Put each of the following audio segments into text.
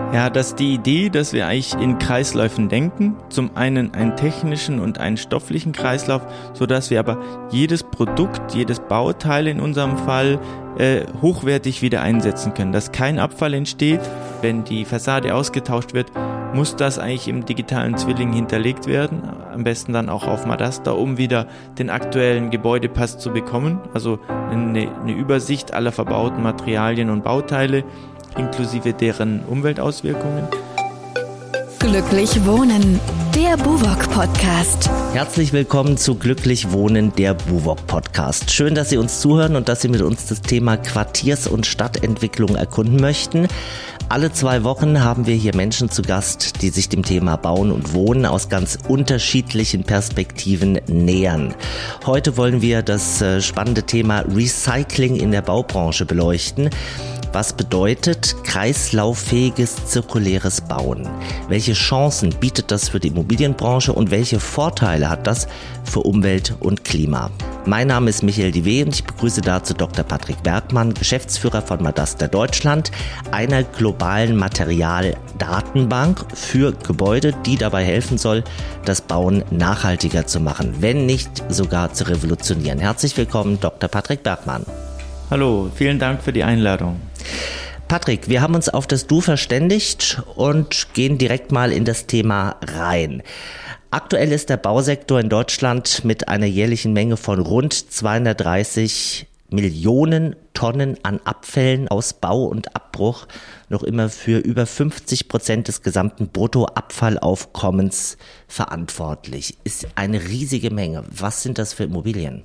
Ja, das ist die Idee, dass wir eigentlich in Kreisläufen denken. Zum einen einen technischen und einen stofflichen Kreislauf, sodass wir aber jedes Produkt, jedes Bauteil in unserem Fall hochwertig wieder einsetzen können. Dass kein Abfall entsteht, wenn die Fassade ausgetauscht wird, muss das eigentlich im digitalen Zwilling hinterlegt werden. Am besten dann auch auf Madaster, um wieder den aktuellen Gebäudepass zu bekommen. Also eine Übersicht aller verbauten Materialien und Bauteile, inklusive deren Umweltauswirkungen. Glücklich Wohnen, der BUWOG-Podcast. Herzlich willkommen zu Glücklich Wohnen, der BUWOG-Podcast. Schön, dass Sie uns zuhören und dass Sie mit uns das Thema Quartiers- und Stadtentwicklung erkunden möchten. Alle 2 Wochen haben wir hier Menschen zu Gast, die sich dem Thema Bauen und Wohnen aus ganz unterschiedlichen Perspektiven nähern. Heute wollen wir das spannende Thema Recycling in der Baubranche beleuchten. Was bedeutet kreislauffähiges, zirkuläres Bauen? Welche Chancen bietet das für die Immobilienbranche und welche Vorteile hat das für Umwelt und Klima? Mein Name ist Michael Diwe und ich begrüße dazu Dr. Patrick Bergmann, Geschäftsführer von Madaster Deutschland, einer globalen Materialdatenbank für Gebäude, die dabei helfen soll, das Bauen nachhaltiger zu machen, wenn nicht sogar zu revolutionieren. Herzlich willkommen, Dr. Patrick Bergmann. Hallo, vielen Dank für die Einladung. Patrick, wir haben uns auf das Du verständigt und gehen direkt mal in das Thema rein. Aktuell ist der Bausektor in Deutschland mit einer jährlichen Menge von rund 230 Millionen Tonnen an Abfällen aus Bau und Abbruch noch immer für über 50% des gesamten Bruttoabfallaufkommens verantwortlich. Ist eine riesige Menge. Was sind das für Immobilien?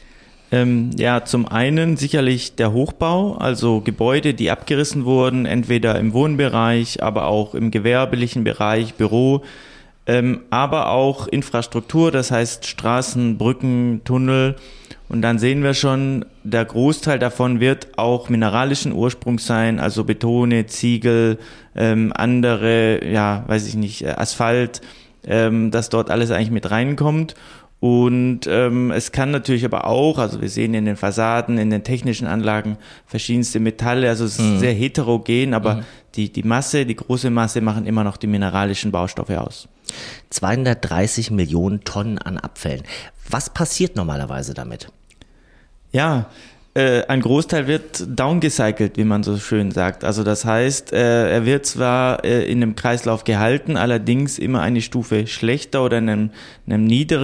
Ja, zum einen sicherlich der Hochbau, also Gebäude, die abgerissen wurden, entweder im Wohnbereich, aber auch im gewerblichen Bereich, Büro, aber auch Infrastruktur, das heißt Straßen, Brücken, Tunnel. Und dann sehen wir schon, der Großteil davon wird auch mineralischen Ursprungs sein, also Betone, Ziegel, andere, Asphalt, dass dort alles eigentlich mit reinkommt. Und es kann natürlich aber auch, also wir sehen in den Fassaden, in den technischen Anlagen verschiedenste Metalle, also es ist sehr heterogen, aber die große Masse machen immer noch die mineralischen Baustoffe aus. 230 Millionen Tonnen an Abfällen. Was passiert normalerweise damit? Ja, ein Großteil wird downgecycelt, wie man so schön sagt. Also das heißt, er wird zwar in einem Kreislauf gehalten, allerdings immer eine Stufe schlechter oder in einer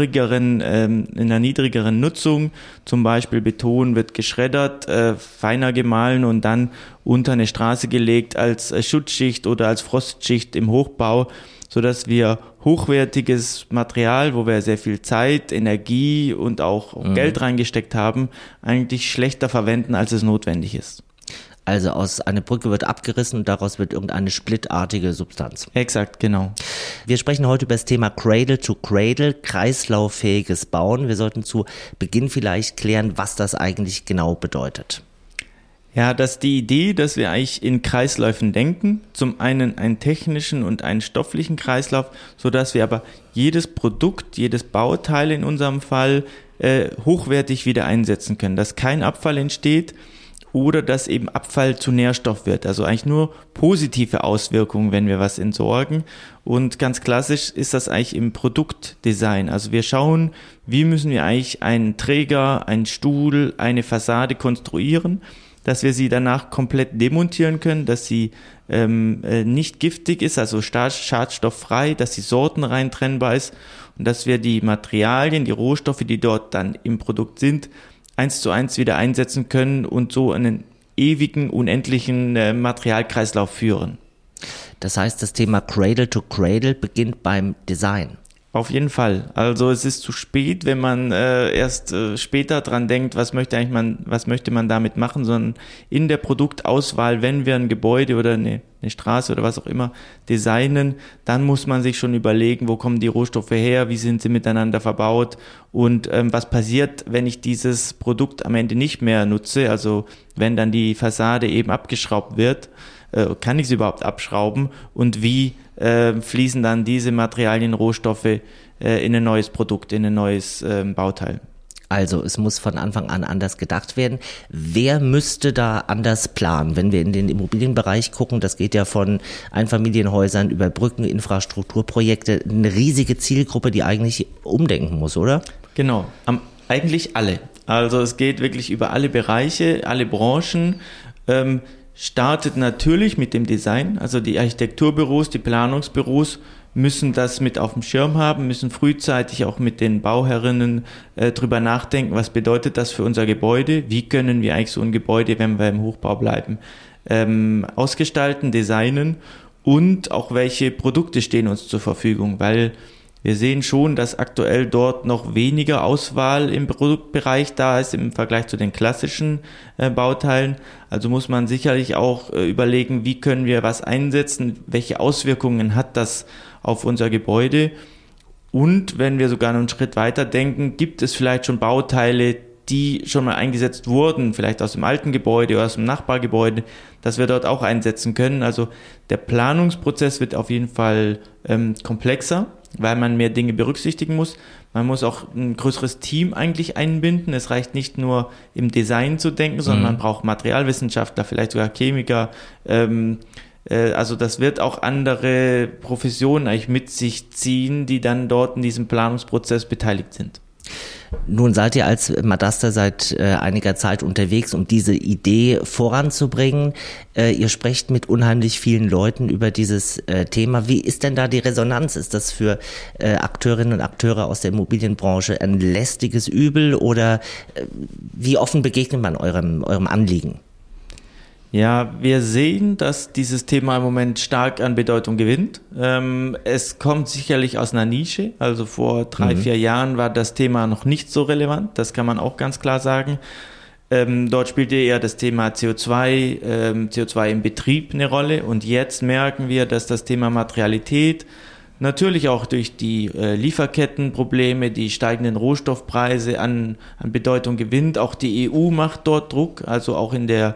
niedrigeren Nutzung. Zum Beispiel Beton wird geschreddert, feiner gemahlen und dann unter eine Straße gelegt als Schutzschicht oder als Frostschicht im Hochbau, sodass wir hochwertiges Material, wo wir sehr viel Zeit, Energie und auch Geld reingesteckt haben, eigentlich schlechter verwenden, als es notwendig ist. Also aus einer Brücke wird abgerissen und daraus wird irgendeine splittartige Substanz. Exakt, genau. Wir sprechen heute über das Thema Cradle to Cradle, kreislauffähiges Bauen. Wir sollten zu Beginn vielleicht klären, was das eigentlich genau bedeutet. Ja, das ist die Idee, dass wir eigentlich in Kreisläufen denken. Zum einen einen technischen und einen stofflichen Kreislauf, sodass wir aber jedes Produkt, jedes Bauteil in unserem Fall hochwertig wieder einsetzen können. Dass kein Abfall entsteht oder dass eben Abfall zu Nährstoff wird. Also eigentlich nur positive Auswirkungen, wenn wir was entsorgen. Und ganz klassisch ist das eigentlich im Produktdesign. Also wir schauen, wie müssen wir eigentlich einen Träger, einen Stuhl, eine Fassade konstruieren, dass wir sie danach komplett demontieren können, dass sie nicht giftig ist, also schadstofffrei, dass sie sortenrein trennbar ist und dass wir die Materialien, die Rohstoffe, die dort dann im Produkt sind, 1:1 wieder einsetzen können und so einen ewigen, unendlichen Materialkreislauf führen. Das heißt, das Thema Cradle to Cradle beginnt beim Design. Auf jeden Fall. Also es ist zu spät, wenn man erst später dran denkt, was möchte man damit machen, sondern in der Produktauswahl, wenn wir ein Gebäude oder eine Straße oder was auch immer designen, dann muss man sich schon überlegen, wo kommen die Rohstoffe her, wie sind sie miteinander verbaut und was passiert, wenn ich dieses Produkt am Ende nicht mehr nutze, also wenn dann die Fassade eben abgeschraubt wird, kann ich sie überhaupt abschrauben und wie fließen dann diese Materialien, Rohstoffe in ein neues Produkt, in ein neues Bauteil. Also es muss von Anfang an anders gedacht werden. Wer müsste da anders planen? Wenn wir in den Immobilienbereich gucken, das geht ja von Einfamilienhäusern über Brücken, Infrastrukturprojekte, eine riesige Zielgruppe, die eigentlich umdenken muss, oder? Genau, eigentlich alle. Also es geht wirklich über alle Bereiche, alle Branchen. Startet natürlich mit dem Design, also die Architekturbüros, die Planungsbüros müssen das mit auf dem Schirm haben, müssen frühzeitig auch mit den Bauherrinnen drüber nachdenken, was bedeutet das für unser Gebäude, wie können wir eigentlich so ein Gebäude, wenn wir im Hochbau bleiben, ausgestalten, designen und auch welche Produkte stehen uns zur Verfügung, weil wir sehen schon, dass aktuell dort noch weniger Auswahl im Produktbereich da ist im Vergleich zu den klassischen Bauteilen. Also muss man sicherlich auch überlegen, wie können wir was einsetzen, welche Auswirkungen hat das auf unser Gebäude. Und wenn wir sogar noch einen Schritt weiter denken, gibt es vielleicht schon Bauteile, die schon mal eingesetzt wurden, vielleicht aus dem alten Gebäude oder aus dem Nachbargebäude, dass wir dort auch einsetzen können. Also der Planungsprozess wird auf jeden Fall komplexer, weil man mehr Dinge berücksichtigen muss. Man muss auch ein größeres Team eigentlich einbinden. Es reicht nicht nur im Design zu denken, sondern man braucht Materialwissenschaftler, vielleicht sogar Chemiker. Also das wird auch andere Professionen eigentlich mit sich ziehen, die dann dort in diesem Planungsprozess beteiligt sind. Nun seid ihr als Madasta seit einiger Zeit unterwegs, um diese Idee voranzubringen. Ihr sprecht mit unheimlich vielen Leuten über dieses Thema. Wie ist denn da die Resonanz? Ist das für Akteurinnen und Akteure aus der Immobilienbranche ein lästiges Übel oder wie offen begegnet man eurem Anliegen? Ja, wir sehen, dass dieses Thema im Moment stark an Bedeutung gewinnt. Es kommt sicherlich aus einer Nische. Also vor 3-4 Jahren war das Thema noch nicht so relevant. Das kann man auch ganz klar sagen. Dort spielte eher das Thema CO2 im Betrieb eine Rolle. Und jetzt merken wir, dass das Thema Materialität natürlich auch durch die Lieferkettenprobleme, die steigenden Rohstoffpreise an Bedeutung gewinnt. Auch die EU macht dort Druck, also auch in der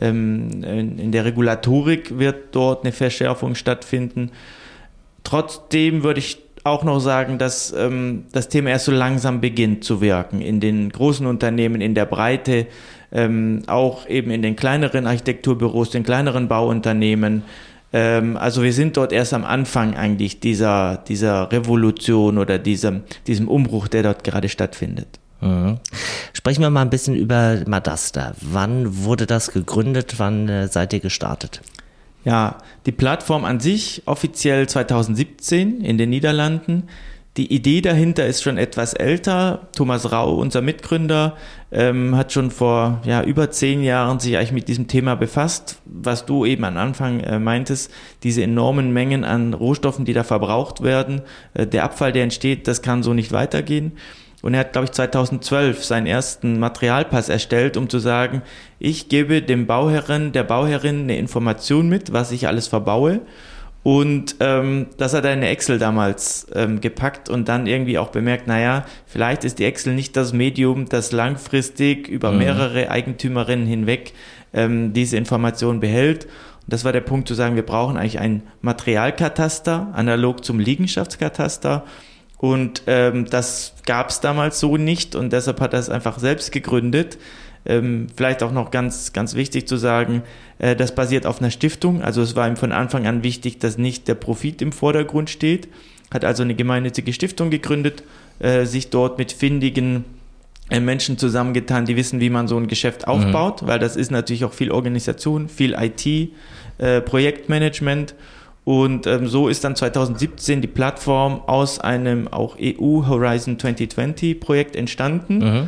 Regulatorik wird dort eine Verschärfung stattfinden. Trotzdem würde ich auch noch sagen, dass das Thema erst so langsam beginnt zu wirken in den großen Unternehmen, in der Breite, auch eben in den kleineren Architekturbüros, den kleineren Bauunternehmen. Also wir sind dort erst am Anfang eigentlich dieser Revolution oder diesem Umbruch, der dort gerade stattfindet. Sprechen wir mal ein bisschen über Madasta. Wann wurde das gegründet? Wann seid ihr gestartet? Ja, die Plattform an sich offiziell 2017 in den Niederlanden. Die Idee dahinter ist schon etwas älter. Thomas Rau, unser Mitgründer, hat schon vor über 10 Jahren sich eigentlich mit diesem Thema befasst, was du eben am Anfang meintest, diese enormen Mengen an Rohstoffen, die da verbraucht werden, der Abfall, der entsteht, das kann so nicht weitergehen. Und er hat, glaube ich, 2012 seinen ersten Materialpass erstellt, um zu sagen, ich gebe dem Bauherren, der Bauherrin eine Information mit, was ich alles verbaue. Und das hat er in eine Excel damals gepackt und dann irgendwie auch bemerkt, vielleicht ist die Excel nicht das Medium, das langfristig über mehrere Eigentümerinnen hinweg diese Information behält. Und das war der Punkt zu sagen, wir brauchen eigentlich ein Materialkataster, analog zum Liegenschaftskataster. Und das gab es damals so nicht und deshalb hat er es einfach selbst gegründet. Vielleicht auch noch ganz, ganz wichtig zu sagen, das basiert auf einer Stiftung. Also es war ihm von Anfang an wichtig, dass nicht der Profit im Vordergrund steht. Hat also eine gemeinnützige Stiftung gegründet, sich dort mit findigen Menschen zusammengetan, die wissen, wie man so ein Geschäft aufbaut, weil das ist natürlich auch viel Organisation, viel IT, Projektmanagement. Und so ist dann 2017 die Plattform aus einem auch EU Horizon 2020 Projekt entstanden.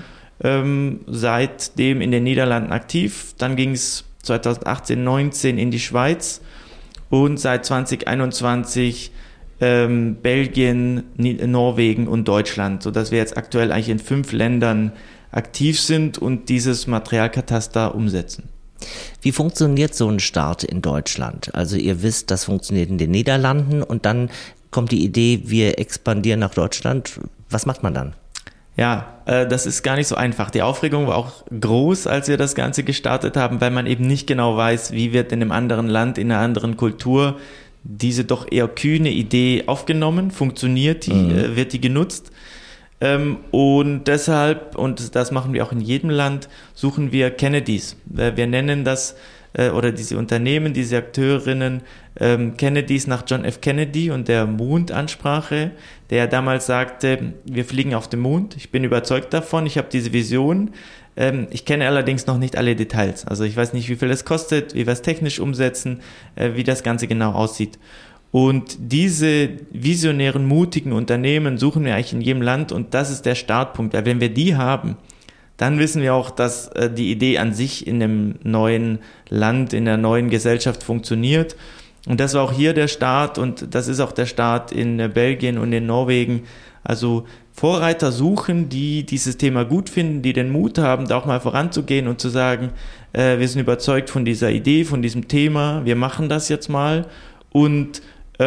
Seitdem in den Niederlanden aktiv. Dann ging es 2018/19 in die Schweiz und seit 2021 Belgien, Norwegen und Deutschland, sodass wir jetzt aktuell eigentlich in 5 Ländern aktiv sind und dieses Materialkataster umsetzen. Wie funktioniert so ein Start in Deutschland? Also ihr wisst, das funktioniert in den Niederlanden und dann kommt die Idee, wir expandieren nach Deutschland. Was macht man dann? Ja, das ist gar nicht so einfach. Die Aufregung war auch groß, als wir das Ganze gestartet haben, weil man eben nicht genau weiß, wie wird in einem anderen Land, in einer anderen Kultur diese doch eher kühne Idee aufgenommen, funktioniert die, wird die genutzt. Und deshalb, und das machen wir auch in jedem Land, suchen wir Kennedys. Wir nennen das, oder diese Unternehmen, diese Akteurinnen, Kennedys nach John F. Kennedy und der Mondansprache, der damals sagte, wir fliegen auf den Mond. Ich bin überzeugt davon, ich habe diese Vision. Ich kenne allerdings noch nicht alle Details. Also ich weiß nicht, wie viel es kostet, wie wir es technisch umsetzen, wie das Ganze genau aussieht. Und diese visionären, mutigen Unternehmen suchen wir eigentlich in jedem Land und das ist der Startpunkt. Weil wenn wir die haben, dann wissen wir auch, dass die Idee an sich in dem neuen Land, in der neuen Gesellschaft funktioniert. Und das war auch hier der Start und das ist auch der Start in Belgien und in Norwegen. Also Vorreiter suchen, die dieses Thema gut finden, die den Mut haben, da auch mal voranzugehen und zu sagen, wir sind überzeugt von dieser Idee, von diesem Thema, wir machen das jetzt mal und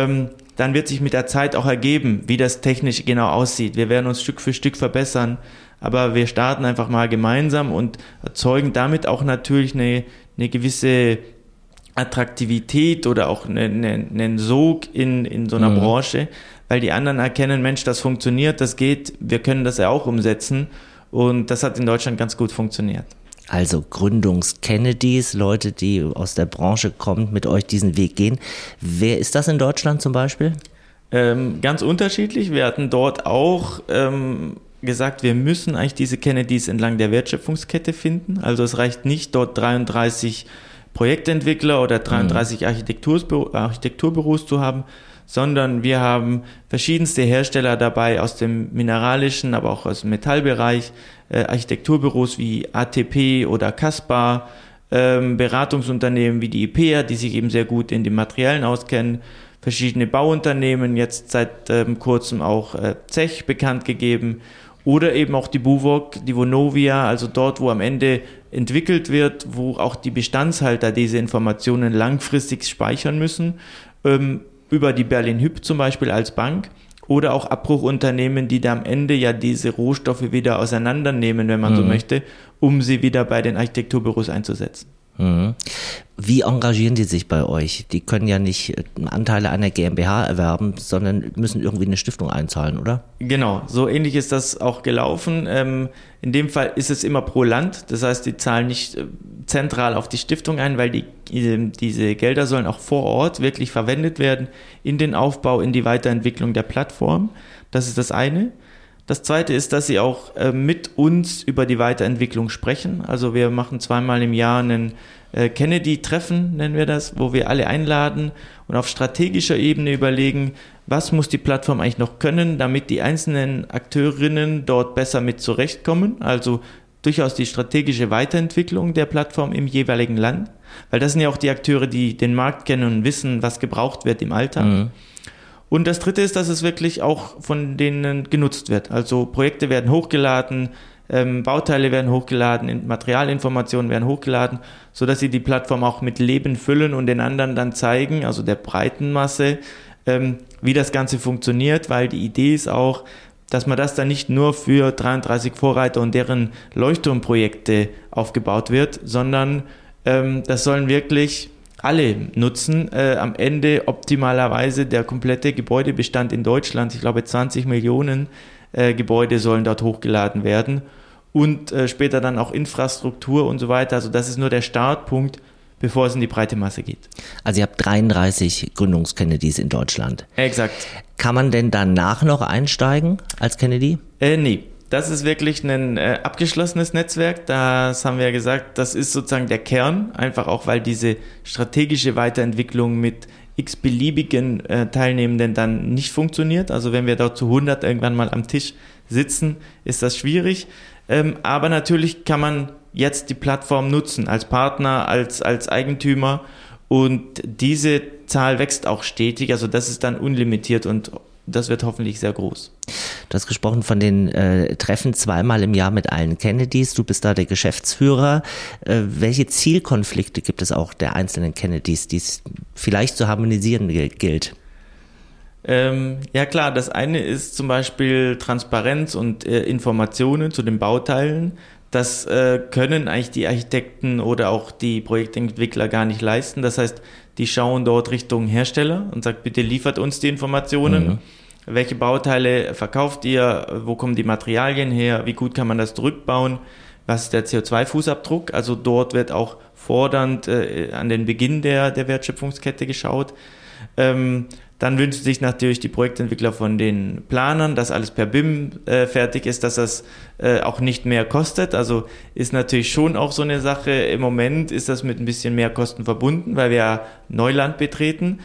dann wird sich mit der Zeit auch ergeben, wie das technisch genau aussieht. Wir werden uns Stück für Stück verbessern, aber wir starten einfach mal gemeinsam und erzeugen damit auch natürlich eine gewisse Attraktivität oder auch einen Sog in so einer Branche, weil die anderen erkennen, Mensch, das funktioniert, das geht, wir können das ja auch umsetzen und das hat in Deutschland ganz gut funktioniert. Also Gründungs-Kennedys, Leute, die aus der Branche kommen, mit euch diesen Weg gehen. Wer ist das in Deutschland zum Beispiel? Ganz unterschiedlich. Wir hatten dort auch gesagt, wir müssen eigentlich diese Kennedys entlang der Wertschöpfungskette finden. Also es reicht nicht, dort 33 Projektentwickler oder 33 Architekturbüros zu haben, sondern wir haben verschiedenste Hersteller dabei aus dem mineralischen, aber auch aus dem Metallbereich, Architekturbüros wie ATP oder Caspar, Beratungsunternehmen wie die IPEA, die sich eben sehr gut in den Materialien auskennen, verschiedene Bauunternehmen, jetzt seit kurzem auch Zech bekannt gegeben oder eben auch die Buwog, die Vonovia, also dort, wo am Ende entwickelt wird, wo auch die Bestandshalter diese Informationen langfristig speichern müssen, über die Berlin Hyp zum Beispiel als Bank oder auch Abbruchunternehmen, die da am Ende ja diese Rohstoffe wieder auseinandernehmen, wenn man so möchte, um sie wieder bei den Architekturbüros einzusetzen. Wie engagieren die sich bei euch? Die können ja nicht Anteile einer GmbH erwerben, sondern müssen irgendwie eine Stiftung einzahlen, oder? Genau, so ähnlich ist das auch gelaufen. In dem Fall ist es immer pro Land, das heißt, die zahlen nicht zentral auf die Stiftung ein, weil diese Gelder sollen auch vor Ort wirklich verwendet werden in den Aufbau, in die Weiterentwicklung der Plattform. Das ist das eine. Das zweite ist, dass sie auch mit uns über die Weiterentwicklung sprechen. Also wir machen 2-mal im Jahr einen Kennedy-Treffen, nennen wir das, wo wir alle einladen und auf strategischer Ebene überlegen, was muss die Plattform eigentlich noch können, damit die einzelnen Akteurinnen dort besser mit zurechtkommen. Also durchaus die strategische Weiterentwicklung der Plattform im jeweiligen Land. Weil das sind ja auch die Akteure, die den Markt kennen und wissen, was gebraucht wird im Alltag. Und das dritte ist, dass es wirklich auch von denen genutzt wird. Also Projekte werden hochgeladen, Bauteile werden hochgeladen, Materialinformationen werden hochgeladen, sodass sie die Plattform auch mit Leben füllen und den anderen dann zeigen, also der breiten Masse, wie das Ganze funktioniert, weil die Idee ist auch, dass man das dann nicht nur für 33 Vorreiter und deren Leuchtturmprojekte aufgebaut wird, sondern das sollen wirklich alle nutzen. Am Ende optimalerweise der komplette Gebäudebestand in Deutschland, ich glaube 20 Millionen Gebäude sollen dort hochgeladen werden und später dann auch Infrastruktur und so weiter. Also das ist nur der Startpunkt, bevor es in die breite Masse geht. Also ihr habt 33 Gründungs-Kennedys in Deutschland. Exakt. Kann man denn danach noch einsteigen als Kennedy? Nee. Das ist wirklich ein abgeschlossenes Netzwerk. Das haben wir ja gesagt, das ist sozusagen der Kern, einfach auch, weil diese strategische Weiterentwicklung mit x-beliebigen Teilnehmenden dann nicht funktioniert. Also wenn wir dort zu 100 irgendwann mal am Tisch sitzen, ist das schwierig. Aber natürlich kann man jetzt die Plattform nutzen, als Partner, als Eigentümer. Und diese Zahl wächst auch stetig. Also das ist dann unlimitiert und das wird hoffentlich sehr groß. Du hast gesprochen von den Treffen 2-mal im Jahr mit allen Kennedys. Du bist da der Geschäftsführer. Welche Zielkonflikte gibt es auch der einzelnen Kennedys, die es vielleicht zu harmonisieren gilt? Ja klar, das eine ist zum Beispiel Transparenz und Informationen zu den Bauteilen. Das können eigentlich die Architekten oder auch die Projektentwickler gar nicht leisten. Das heißt, die schauen dort Richtung Hersteller und sagt, bitte liefert uns die Informationen. welche Bauteile verkauft ihr, wo kommen die Materialien her, wie gut kann man das zurückbauen, was ist der CO2-Fußabdruck, also dort wird auch fordernd an den Beginn der Wertschöpfungskette geschaut. Dann wünschen sich natürlich die Projektentwickler von den Planern, dass alles per BIM fertig ist, dass das auch nicht mehr kostet. Also ist natürlich schon auch so eine Sache. Im Moment ist das mit ein bisschen mehr Kosten verbunden, weil wir ja Neuland betreten.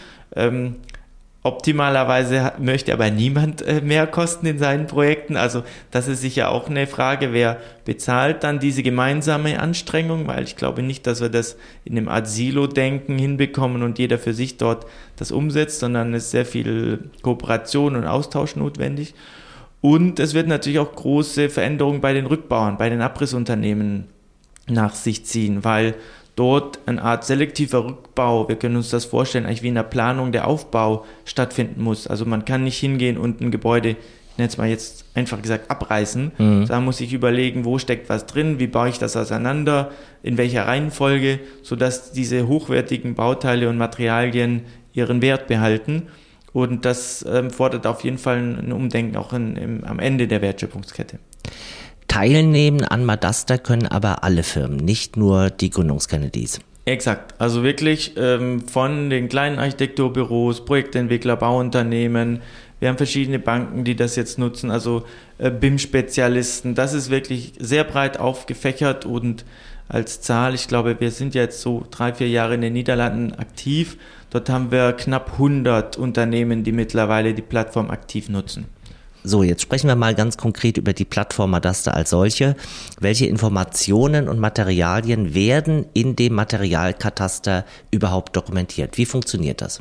Optimalerweise möchte aber niemand mehr Kosten in seinen Projekten. Also das ist sicher auch eine Frage, wer bezahlt dann diese gemeinsame Anstrengung, weil ich glaube nicht, dass wir das in einem Art Silo-Denken hinbekommen und jeder für sich dort das umsetzt, sondern es ist sehr viel Kooperation und Austausch notwendig. Und es wird natürlich auch große Veränderungen bei den Rückbauern, bei den Abrissunternehmen nach sich ziehen, weil dort eine Art selektiver Rückbau, wir können uns das vorstellen, eigentlich wie in der Planung der Aufbau stattfinden muss. Also man kann nicht hingehen und ein Gebäude, ich nenne es mal jetzt einfach gesagt, abreißen. Da muss ich überlegen, wo steckt was drin, wie baue ich das auseinander, in welcher Reihenfolge, sodass diese hochwertigen Bauteile und Materialien ihren Wert behalten. Und das fordert auf jeden Fall ein Umdenken auch am Ende der Wertschöpfungskette. Teilnehmen an Madaster können aber alle Firmen, nicht nur die Gründungs-Kennedys. Exakt, also wirklich von den kleinen Architekturbüros, Projektentwickler, Bauunternehmen, wir haben verschiedene Banken, die das jetzt nutzen, also BIM-Spezialisten, das ist wirklich sehr breit aufgefächert und als Zahl, ich glaube, wir sind jetzt so 3-4 Jahre in den Niederlanden aktiv, dort haben wir knapp 100 Unternehmen, die mittlerweile die Plattform aktiv nutzen. So, jetzt sprechen wir mal ganz konkret über die Plattform Madaster als solche. Welche Informationen und Materialien werden in dem Materialkataster überhaupt dokumentiert? Wie funktioniert das?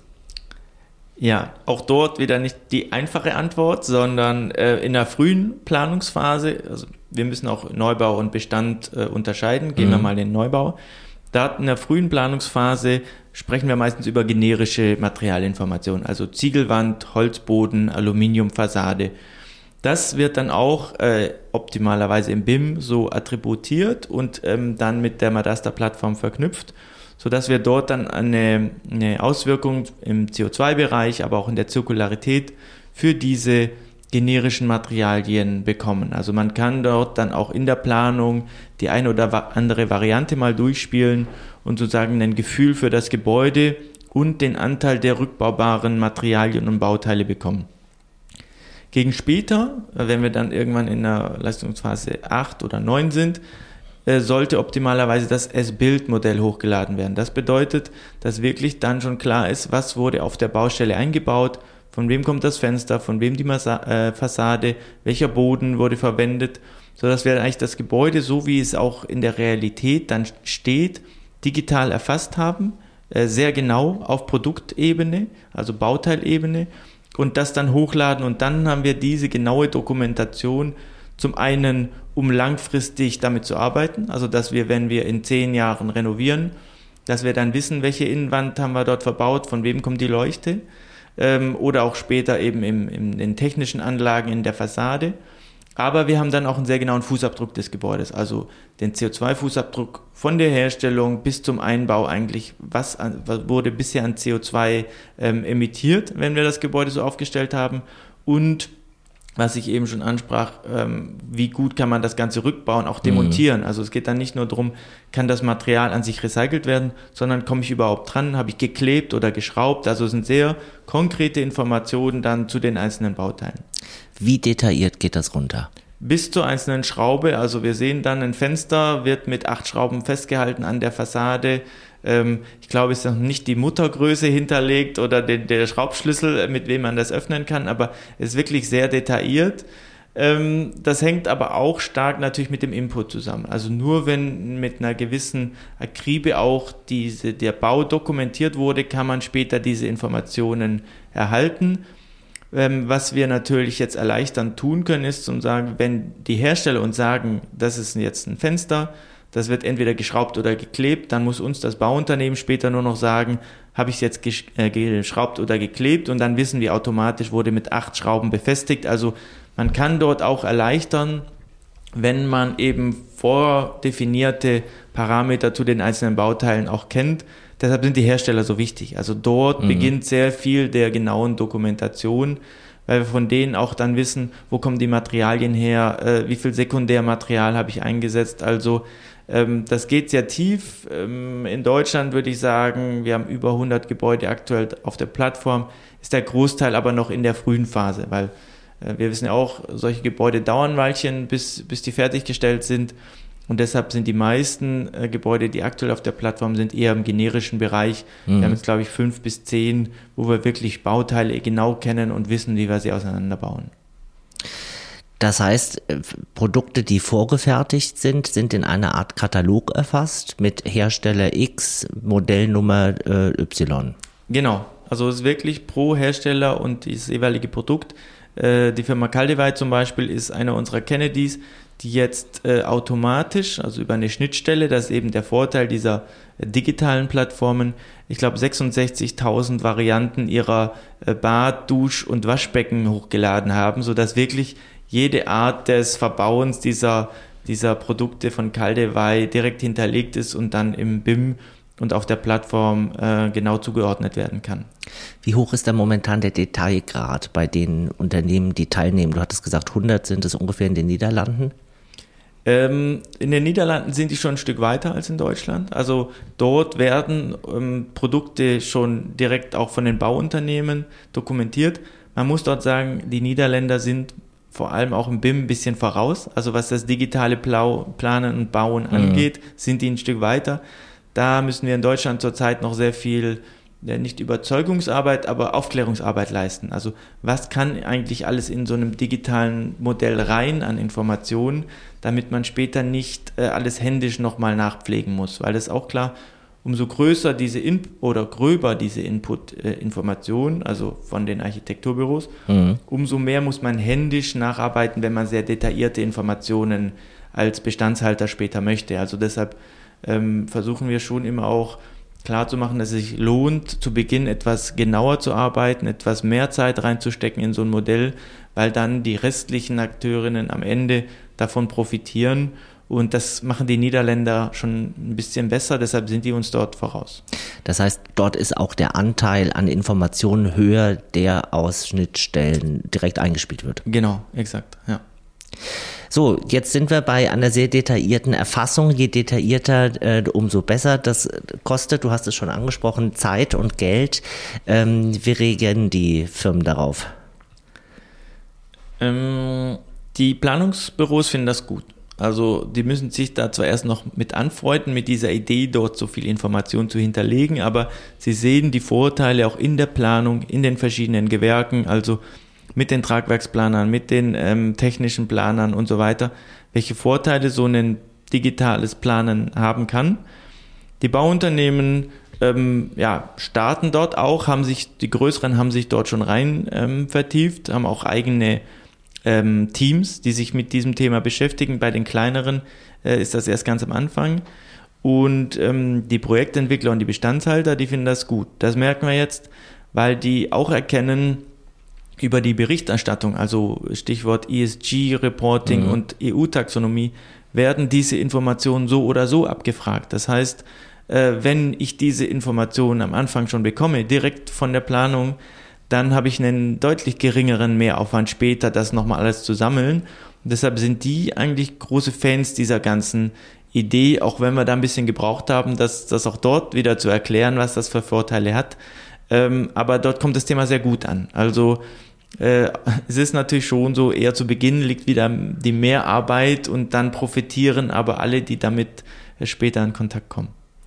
Ja, auch dort wieder nicht die einfache Antwort, sondern in der frühen Planungsphase, also wir müssen auch Neubau und Bestand unterscheiden, gehen wir mal in den Neubau. Da in der frühen Planungsphase sprechen wir meistens über generische Materialinformationen, also Ziegelwand, Holzboden, Aluminiumfassade. Das wird dann auch optimalerweise im BIM so attributiert und dann mit der Madaster-Plattform verknüpft, sodass wir dort dann eine Auswirkung im CO2-Bereich, aber auch in der Zirkularität für diese generischen Materialien bekommen. Also man kann dort dann auch in der Planung die eine oder andere Variante mal durchspielen und sozusagen ein Gefühl für das Gebäude und den Anteil der rückbaubaren Materialien und Bauteile bekommen. Gegen später, wenn wir dann irgendwann in der Leistungsphase 8 oder 9 sind, sollte optimalerweise das S-Bild-Modell hochgeladen werden. Das bedeutet, dass wirklich dann schon klar ist, was wurde auf der Baustelle eingebaut, von wem kommt das Fenster, von wem die Fassade, welcher Boden wurde verwendet, sodass wir eigentlich das Gebäude, so wie es auch in der Realität dann steht, digital erfasst haben, sehr genau auf Produktebene, also Bauteilebene, und das dann hochladen. Und dann haben wir diese genaue Dokumentation, zum einen, um langfristig damit zu arbeiten, also dass wir, wenn wir in 10 Jahren renovieren, dass wir dann wissen, welche Innenwand haben wir dort verbaut, von wem kommt die Leuchte, oder auch später eben in den technischen Anlagen in der Fassade. Aber wir haben dann auch einen sehr genauen Fußabdruck des Gebäudes, also den CO2-Fußabdruck von der Herstellung bis zum Einbau eigentlich, was wurde bisher an CO2 emittiert, wenn wir das Gebäude so aufgestellt haben, und was ich eben schon ansprach, wie gut kann man das Ganze rückbauen, auch demontieren. Also es geht dann nicht nur darum, kann das Material an sich recycelt werden, sondern komme ich überhaupt dran, habe ich geklebt oder geschraubt. Also es sind sehr konkrete Informationen dann zu den einzelnen Bauteilen. Wie detailliert geht das runter? Bis zur einzelnen Schraube, also wir sehen dann, ein Fenster wird mit 8 Schrauben festgehalten an der Fassade. Ich glaube, es ist noch nicht die Muttergröße hinterlegt oder der Schraubschlüssel, mit dem man das öffnen kann, aber es ist wirklich sehr detailliert. Das hängt aber auch stark natürlich mit dem Input zusammen. Also nur wenn mit einer gewissen Akribie auch der Bau dokumentiert wurde, kann man später diese Informationen erhalten. Was wir natürlich jetzt erleichternd tun können, ist zu sagen, wenn die Hersteller uns sagen, das ist jetzt ein Fenster, das wird entweder geschraubt oder geklebt, dann muss uns das Bauunternehmen später nur noch sagen, habe ich es jetzt geschraubt oder geklebt, und dann wissen wir automatisch, wurde mit 8 Schrauben befestigt. Also man kann dort auch erleichtern, wenn man eben vordefinierte Parameter zu den einzelnen Bauteilen auch kennt. Deshalb sind die Hersteller so wichtig. Also dort beginnt sehr viel der genauen Dokumentation, weil wir von denen auch dann wissen, wo kommen die Materialien her, wie viel Sekundärmaterial habe ich eingesetzt. Also das geht sehr tief. In Deutschland würde ich sagen, wir haben über 100 Gebäude aktuell auf der Plattform, ist der Großteil aber noch in der frühen Phase, weil wir wissen ja auch, solche Gebäude dauern ein Weilchen, bis die fertiggestellt sind. Und deshalb sind die meisten Gebäude, die aktuell auf der Plattform sind, eher im generischen Bereich. Wir haben jetzt, glaube ich, 5 bis 10, wo wir wirklich Bauteile genau kennen und wissen, wie wir sie auseinanderbauen. Das heißt, Produkte, die vorgefertigt sind in einer Art Katalog erfasst mit Hersteller X, Modellnummer Y. Genau, also es ist wirklich pro Hersteller und das jeweilige Produkt. Die Firma Caldewey zum Beispiel ist einer unserer Kennedys, die jetzt automatisch, also über eine Schnittstelle, das ist eben der Vorteil dieser digitalen Plattformen, ich glaube 66.000 Varianten ihrer Bad-, Dusch- und Waschbecken hochgeladen haben, sodass wirklich jede Art des Verbauens dieser Produkte von Caldewey direkt hinterlegt ist und dann im BIM und auf der Plattform genau zugeordnet werden kann. Wie hoch ist da momentan der Detailgrad bei den Unternehmen, die teilnehmen? Du hattest gesagt, 100 sind es ungefähr in den Niederlanden? In den Niederlanden sind die schon ein Stück weiter als in Deutschland. Also dort werden Produkte schon direkt auch von den Bauunternehmen dokumentiert. Man muss dort sagen, die Niederländer sind vor allem auch im BIM ein bisschen voraus. Also was das digitale Planen und Bauen angeht, sind die ein Stück weiter. Da müssen wir in Deutschland zurzeit noch sehr viel, nicht Überzeugungsarbeit, aber Aufklärungsarbeit leisten. Also was kann eigentlich alles in so einem digitalen Modell rein an Informationen, damit man später nicht alles händisch nochmal nachpflegen muss. Weil das ist auch klar, umso größer gröber diese Input-Information, also von den Architekturbüros, umso mehr muss man händisch nacharbeiten, wenn man sehr detaillierte Informationen als Bestandshalter später möchte. Also deshalb versuchen wir schon immer auch klar zu machen, dass es sich lohnt, zu Beginn etwas genauer zu arbeiten, etwas mehr Zeit reinzustecken in so ein Modell, weil dann die restlichen Akteurinnen am Ende davon profitieren. Und das machen die Niederländer schon ein bisschen besser, deshalb sind die uns dort voraus. Das heißt, dort ist auch der Anteil an Informationen höher, der aus Schnittstellen direkt eingespielt wird. Genau, exakt, ja. So, jetzt sind wir bei einer sehr detaillierten Erfassung. Je detaillierter, umso besser. Das kostet, du hast es schon angesprochen, Zeit und Geld. Wie reagieren die Firmen darauf? Die Planungsbüros finden das gut. Also die müssen sich da zwar erst noch mit anfreunden, mit dieser Idee, dort so viel Information zu hinterlegen, aber sie sehen die Vorteile auch in der Planung, in den verschiedenen Gewerken, also mit den Tragwerksplanern, mit den technischen Planern und so weiter, welche Vorteile so ein digitales Planen haben kann. Die Bauunternehmen starten dort auch, die größeren haben sich dort schon rein vertieft, haben auch eigene Teams, die sich mit diesem Thema beschäftigen. Bei den kleineren ist das erst ganz am Anfang. Und die Projektentwickler und die Bestandshalter, die finden das gut. Das merken wir jetzt, weil die auch erkennen, über die Berichterstattung, also Stichwort ESG-Reporting und EU-Taxonomie, werden diese Informationen so oder so abgefragt. Das heißt, wenn ich diese Informationen am Anfang schon bekomme, direkt von der Planung, dann habe ich einen deutlich geringeren Mehraufwand später, das nochmal alles zu sammeln. Und deshalb sind die eigentlich große Fans dieser ganzen Idee, auch wenn wir da ein bisschen gebraucht haben, das auch dort wieder zu erklären, was das für Vorteile hat. Aber dort kommt das Thema sehr gut an. Also es ist natürlich schon so, eher zu Beginn liegt wieder die Mehrarbeit und dann profitieren aber alle, die damit später in Kontakt kommen.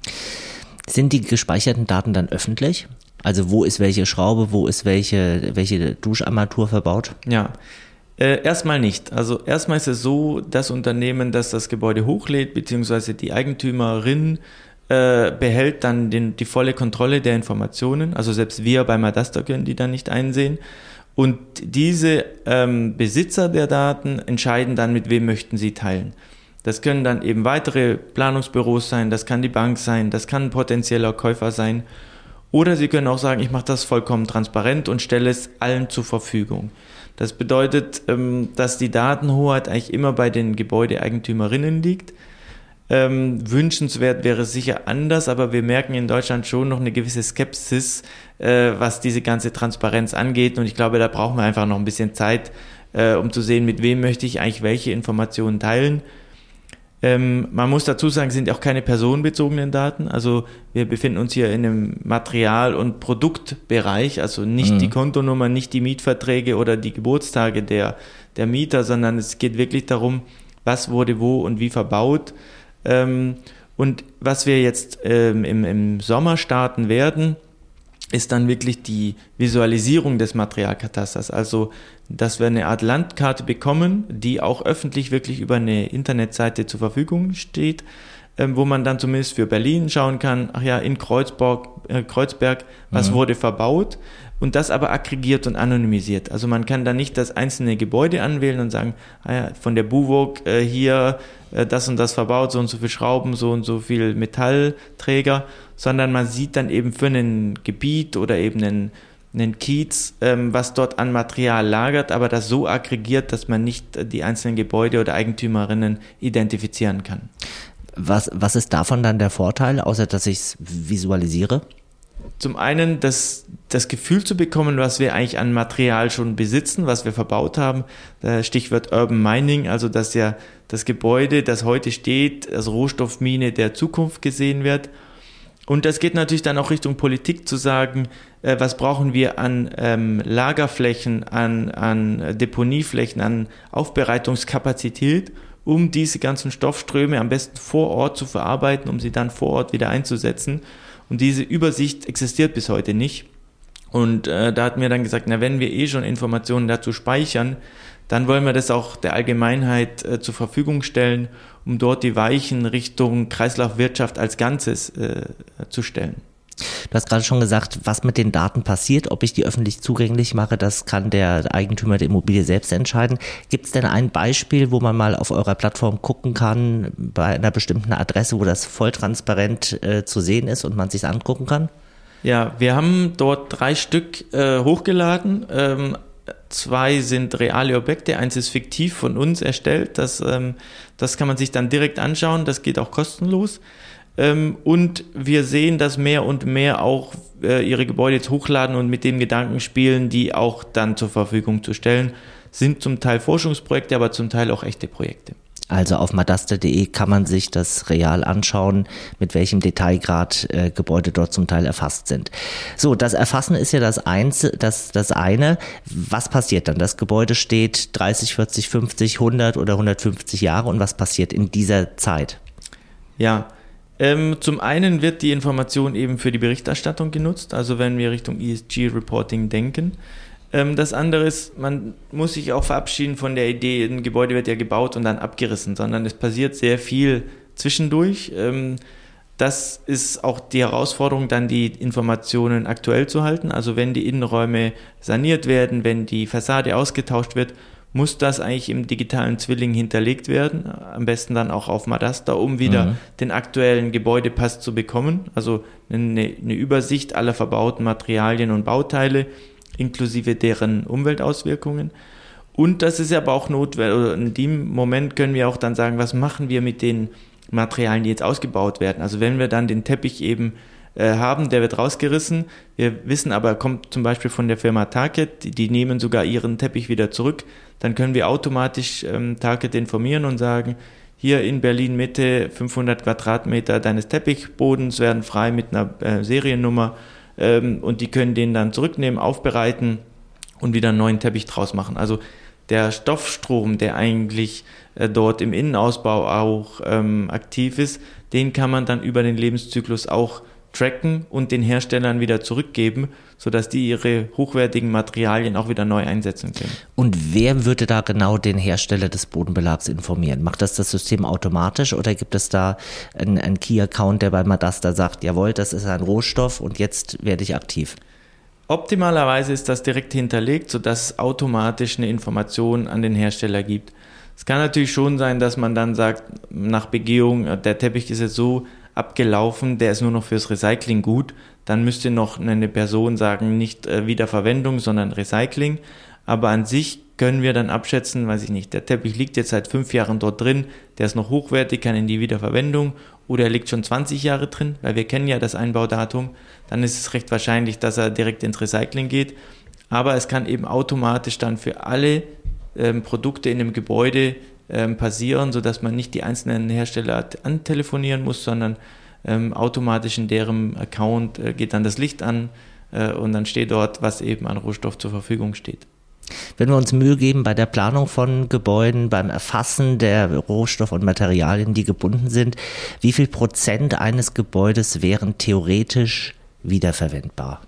Sind die gespeicherten Daten dann öffentlich? Also wo ist welche Schraube, wo ist welche Duscharmatur verbaut? Ja, erstmal nicht. Also erstmal ist es so, das Unternehmen, das das Gebäude hochlädt, beziehungsweise die Eigentümerin behält dann die volle Kontrolle der Informationen. Also selbst wir bei Madasta können die dann nicht einsehen. Und diese Besitzer der Daten entscheiden dann, mit wem möchten sie teilen. Das können dann eben weitere Planungsbüros sein, das kann die Bank sein, das kann ein potenzieller Käufer sein. Oder sie können auch sagen, ich mache das vollkommen transparent und stelle es allen zur Verfügung. Das bedeutet, dass die Datenhoheit eigentlich immer bei den Gebäudeeigentümerinnen liegt. Wünschenswert wäre es sicher anders, aber wir merken in Deutschland schon noch eine gewisse Skepsis, was diese ganze Transparenz angeht. Und ich glaube, da brauchen wir einfach noch ein bisschen Zeit, um zu sehen, mit wem möchte ich eigentlich welche Informationen teilen. Man muss dazu sagen, es sind auch keine personenbezogenen Daten. Also wir befinden uns hier in einem Material- und Produktbereich, also nicht die Kontonummer, nicht die Mietverträge oder die Geburtstage der Mieter, sondern es geht wirklich darum, was wurde wo und wie verbaut. Und was wir jetzt im Sommer starten werden, ist dann wirklich die Visualisierung des Materialkatasters. Also, dass wir eine Art Landkarte bekommen, die auch öffentlich wirklich über eine Internetseite zur Verfügung steht, wo man dann zumindest für Berlin schauen kann, ach ja, in Kreuzberg, was wurde verbaut, und das aber aggregiert und anonymisiert. Also man kann da nicht das einzelne Gebäude anwählen und sagen, ah ja, von der BUWOG hier das und das verbaut, so und so viel Schrauben, so und so viel Metallträger, sondern man sieht dann eben für ein Gebiet oder eben einen Kiez, was dort an Material lagert, aber das so aggregiert, dass man nicht die einzelnen Gebäude oder Eigentümerinnen identifizieren kann. Was ist davon dann der Vorteil, außer dass ich es visualisiere? Zum einen das Gefühl zu bekommen, was wir eigentlich an Material schon besitzen, was wir verbaut haben. Stichwort Urban Mining, also dass ja das Gebäude, das heute steht, als Rohstoffmine der Zukunft gesehen wird. Und das geht natürlich dann auch Richtung Politik zu sagen, was brauchen wir an Lagerflächen, an Deponieflächen, an Aufbereitungskapazität, um diese ganzen Stoffströme am besten vor Ort zu verarbeiten, um sie dann vor Ort wieder einzusetzen. Und diese Übersicht existiert bis heute nicht. Und da hatten wir dann gesagt, na, wenn wir schon Informationen dazu speichern, dann wollen wir das auch der Allgemeinheit zur Verfügung stellen, um dort die Weichen Richtung Kreislaufwirtschaft als Ganzes zu stellen. Du hast gerade schon gesagt, was mit den Daten passiert, ob ich die öffentlich zugänglich mache, das kann der Eigentümer der Immobilie selbst entscheiden. Gibt es denn ein Beispiel, wo man mal auf eurer Plattform gucken kann, bei einer bestimmten Adresse, wo das voll transparent zu sehen ist und man sich angucken kann? Ja, wir haben dort 3 Stück hochgeladen. 2 sind reale Objekte, 1 ist fiktiv von uns erstellt. Das kann man sich dann direkt anschauen, das geht auch kostenlos. Und wir sehen, dass mehr und mehr auch ihre Gebäude jetzt hochladen und mit dem Gedanken spielen, die auch dann zur Verfügung zu stellen. Sind zum Teil Forschungsprojekte, aber zum Teil auch echte Projekte. Also auf madaster.de kann man sich das real anschauen, mit welchem Detailgrad Gebäude dort zum Teil erfasst sind. So, das Erfassen ist ja das eine. Was passiert dann? Das Gebäude steht 30, 40, 50, 100 oder 150 Jahre und was passiert in dieser Zeit? Ja, zum einen wird die Information eben für die Berichterstattung genutzt, also wenn wir Richtung ESG-Reporting denken. Das andere ist, man muss sich auch verabschieden von der Idee, ein Gebäude wird ja gebaut und dann abgerissen, sondern es passiert sehr viel zwischendurch. Das ist auch die Herausforderung, dann die Informationen aktuell zu halten. Also wenn die Innenräume saniert werden, wenn die Fassade ausgetauscht wird, muss das eigentlich im digitalen Zwilling hinterlegt werden, am besten dann auch auf Madaster, um wieder den aktuellen Gebäudepass zu bekommen, also eine Übersicht aller verbauten Materialien und Bauteile, inklusive deren Umweltauswirkungen. Und das ist aber auch notwendig, in dem Moment können wir auch dann sagen, was machen wir mit den Materialien, die jetzt ausgebaut werden. Also wenn wir dann den Teppich eben haben, der wird rausgerissen. Wir wissen aber, kommt zum Beispiel von der Firma Target, die nehmen sogar ihren Teppich wieder zurück. Dann können wir automatisch Target informieren und sagen, hier in Berlin Mitte 500 Quadratmeter deines Teppichbodens werden frei mit einer Seriennummer und die können den dann zurücknehmen, aufbereiten und wieder einen neuen Teppich draus machen. Also der Stoffstrom, der eigentlich dort im Innenausbau auch aktiv ist, den kann man dann über den Lebenszyklus auch tracken und den Herstellern wieder zurückgeben, sodass die ihre hochwertigen Materialien auch wieder neu einsetzen können. Und wer würde da genau den Hersteller des Bodenbelags informieren? Macht das System automatisch oder gibt es da einen Key-Account, der bei Madaster sagt, jawohl, das ist ein Rohstoff und jetzt werde ich aktiv? Optimalerweise ist das direkt hinterlegt, sodass es automatisch eine Information an den Hersteller gibt. Es kann natürlich schon sein, dass man dann sagt, nach Begehung, der Teppich ist jetzt so abgelaufen, der ist nur noch fürs Recycling gut, dann müsste noch eine Person sagen, nicht Wiederverwendung, sondern Recycling. Aber an sich können wir dann abschätzen, weiß ich nicht, der Teppich liegt jetzt seit 5 Jahren dort drin, der ist noch hochwertig, kann in die Wiederverwendung, oder er liegt schon 20 Jahre drin, weil wir kennen ja das Einbaudatum, dann ist es recht wahrscheinlich, dass er direkt ins Recycling geht. Aber es kann eben automatisch dann für alle Produkte in dem Gebäude passieren, sodass man nicht die einzelnen Hersteller antelefonieren muss, sondern automatisch in deren Account geht dann das Licht an und dann steht dort, was eben an Rohstoff zur Verfügung steht. Wenn wir uns Mühe geben bei der Planung von Gebäuden, beim Erfassen der Rohstoff- und Materialien, die gebunden sind, wie viel Prozent eines Gebäudes wären theoretisch wiederverwendbar?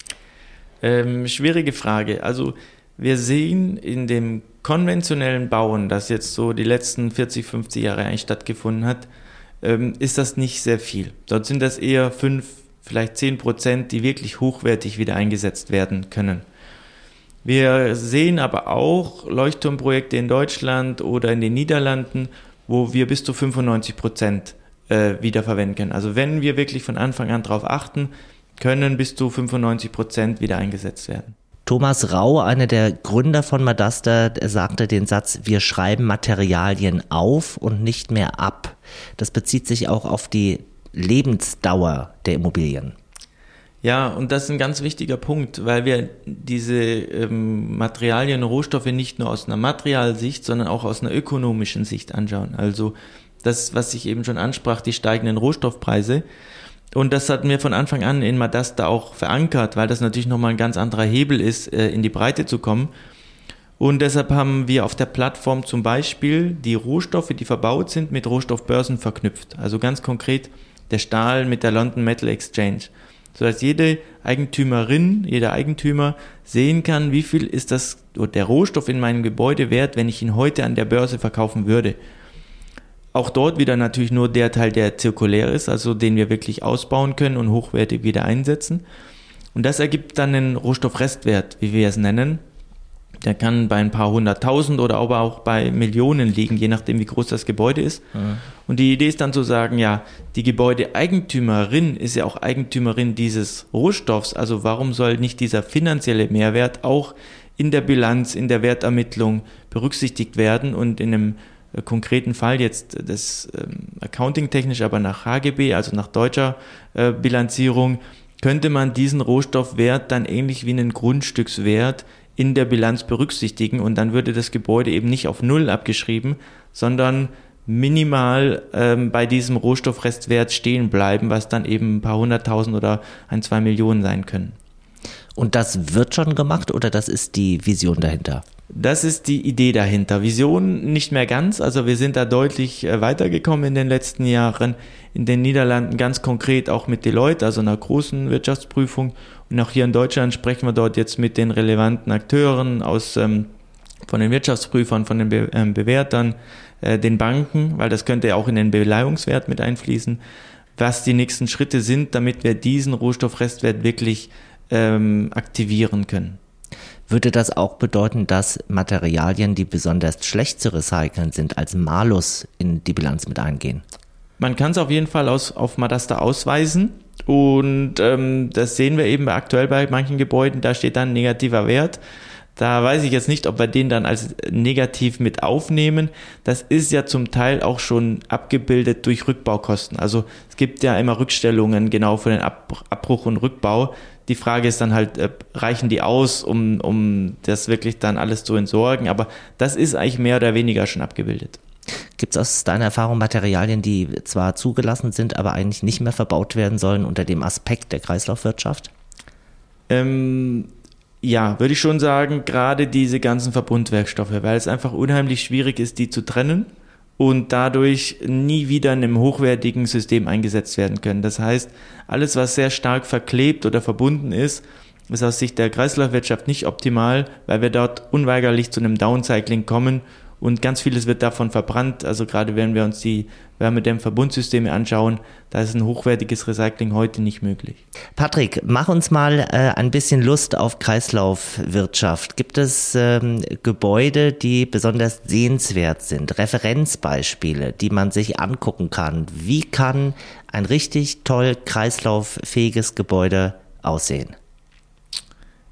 Schwierige Frage. Also wir sehen in dem konventionellen Bauen, das jetzt so die letzten 40, 50 Jahre eigentlich stattgefunden hat, ist das nicht sehr viel. Dort sind das eher 5, vielleicht 10%, die wirklich hochwertig wieder eingesetzt werden können. Wir sehen aber auch Leuchtturmprojekte in Deutschland oder in den Niederlanden, wo wir bis zu 95% wiederverwenden können. Also wenn wir wirklich von Anfang an darauf achten, können bis zu 95% wieder eingesetzt werden. Thomas Rau, einer der Gründer von Madasta, sagte den Satz, wir schreiben Materialien auf und nicht mehr ab. Das bezieht sich auch auf die Lebensdauer der Immobilien. Ja, und das ist ein ganz wichtiger Punkt, weil wir diese Materialien und Rohstoffe nicht nur aus einer Materialsicht, sondern auch aus einer ökonomischen Sicht anschauen. Also das, was ich eben schon ansprach, die steigenden Rohstoffpreise. Und das hatten wir von Anfang an in Madasta auch verankert, weil das natürlich nochmal ein ganz anderer Hebel ist, in die Breite zu kommen. Und deshalb haben wir auf der Plattform zum Beispiel die Rohstoffe, die verbaut sind, mit Rohstoffbörsen verknüpft. Also ganz konkret der Stahl mit der London Metal Exchange. Sodass jede Eigentümerin, jeder Eigentümer sehen kann, wie viel ist der Rohstoff in meinem Gebäude wert, wenn ich ihn heute an der Börse verkaufen würde. Auch dort wieder natürlich nur der Teil, der zirkulär ist, also den wir wirklich ausbauen können und hochwertig wieder einsetzen. Und das ergibt dann einen Rohstoffrestwert, wie wir es nennen. Der kann bei ein paar 100.000 oder aber auch bei Millionen liegen, je nachdem wie groß das Gebäude ist. Mhm. Und die Idee ist dann zu sagen, ja, die Gebäudeeigentümerin ist ja auch Eigentümerin dieses Rohstoffs, also warum soll nicht dieser finanzielle Mehrwert auch in der Bilanz, in der Wertermittlung berücksichtigt werden und in einem konkreten Fall jetzt das accounting-technisch, aber nach HGB, also nach deutscher Bilanzierung, könnte man diesen Rohstoffwert dann ähnlich wie einen Grundstückswert in der Bilanz berücksichtigen und dann würde das Gebäude eben nicht auf 0 abgeschrieben, sondern minimal bei diesem Rohstoffrestwert stehen bleiben, was dann eben ein paar 100.000 oder 1-2 Millionen sein können. Und das wird schon gemacht oder das ist die Vision dahinter? Das ist die Idee dahinter. Vision nicht mehr ganz, also wir sind da deutlich weitergekommen in den letzten Jahren. In den Niederlanden ganz konkret auch mit Deloitte, also einer großen Wirtschaftsprüfung. Und auch hier in Deutschland sprechen wir dort jetzt mit den relevanten Akteuren von den Wirtschaftsprüfern, von den Bewertern, den Banken, weil das könnte ja auch in den Beleihungswert mit einfließen, was die nächsten Schritte sind, damit wir diesen Rohstoffrestwert wirklich aktivieren können. Würde das auch bedeuten, dass Materialien, die besonders schlecht zu recyceln sind, als Malus in die Bilanz mit eingehen? Man kann es auf jeden Fall auf Madasta ausweisen und das sehen wir eben aktuell bei manchen Gebäuden, da steht dann negativer Wert. Da weiß ich jetzt nicht, ob wir den dann als negativ mit aufnehmen. Das ist ja zum Teil auch schon abgebildet durch Rückbaukosten. Also es gibt ja immer Rückstellungen genau für den Abbruch und Rückbau. Die Frage ist dann halt, reichen die aus, um das wirklich dann alles zu entsorgen? Aber das ist eigentlich mehr oder weniger schon abgebildet. Gibt es aus deiner Erfahrung Materialien, die zwar zugelassen sind, aber eigentlich nicht mehr verbaut werden sollen unter dem Aspekt der Kreislaufwirtschaft? Ja, würde ich schon sagen, gerade diese ganzen Verbundwerkstoffe, weil es einfach unheimlich schwierig ist, die zu trennen und dadurch nie wieder in einem hochwertigen System eingesetzt werden können. Das heißt, alles, was sehr stark verklebt oder verbunden ist aus Sicht der Kreislaufwirtschaft nicht optimal, weil wir dort unweigerlich zu einem Downcycling kommen und ganz vieles wird davon verbrannt. Also gerade wenn wir uns die Wärmedämmverbundsysteme anschauen, da ist ein hochwertiges Recycling heute nicht möglich. Patrick, mach uns mal ein bisschen Lust auf Kreislaufwirtschaft. Gibt es Gebäude, die besonders sehenswert sind, Referenzbeispiele, die man sich angucken kann? Wie kann ein richtig toll kreislauffähiges Gebäude aussehen?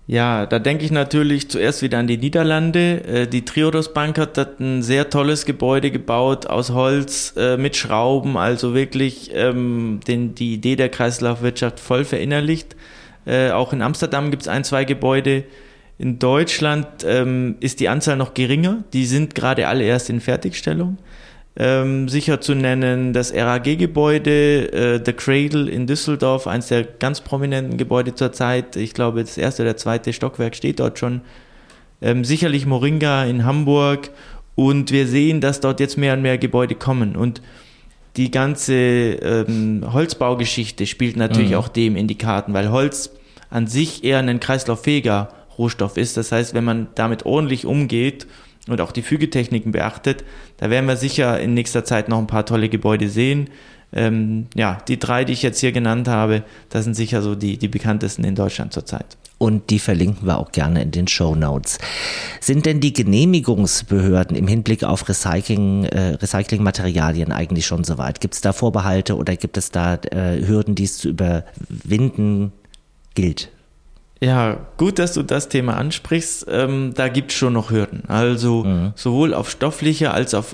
Ja, da denke ich natürlich zuerst wieder an die Niederlande. Die Triodos Bank hat dort ein sehr tolles Gebäude gebaut aus Holz mit Schrauben, also wirklich die Idee der Kreislaufwirtschaft voll verinnerlicht. Auch in Amsterdam gibt es 1, 2 Gebäude. In Deutschland ist die Anzahl noch geringer. Die sind gerade alle erst in Fertigstellung. Sicher zu nennen das RAG-Gebäude, The Cradle in Düsseldorf, eines der ganz prominenten Gebäude zurzeit. Ich glaube, das 1. oder 2. Stockwerk steht dort schon. Sicherlich Moringa in Hamburg. Und wir sehen, dass dort jetzt mehr und mehr Gebäude kommen. Und die ganze Holzbaugeschichte spielt natürlich auch dem in die Karten, weil Holz an sich eher ein kreislauffähiger Rohstoff ist. Das heißt, wenn man damit ordentlich umgeht und auch die Fügetechniken beachtet, da werden wir sicher in nächster Zeit noch ein paar tolle Gebäude sehen. Die 3, die ich jetzt hier genannt habe, das sind sicher so die bekanntesten in Deutschland zurzeit. Und die verlinken wir auch gerne in den Shownotes. Sind denn die Genehmigungsbehörden im Hinblick auf Recyclingmaterialien eigentlich schon soweit? Gibt es da Vorbehalte oder gibt es da Hürden, die es zu überwinden gilt? Ja, gut, dass du das Thema ansprichst. Da gibt es schon noch Hürden. Also sowohl auf stofflicher als auch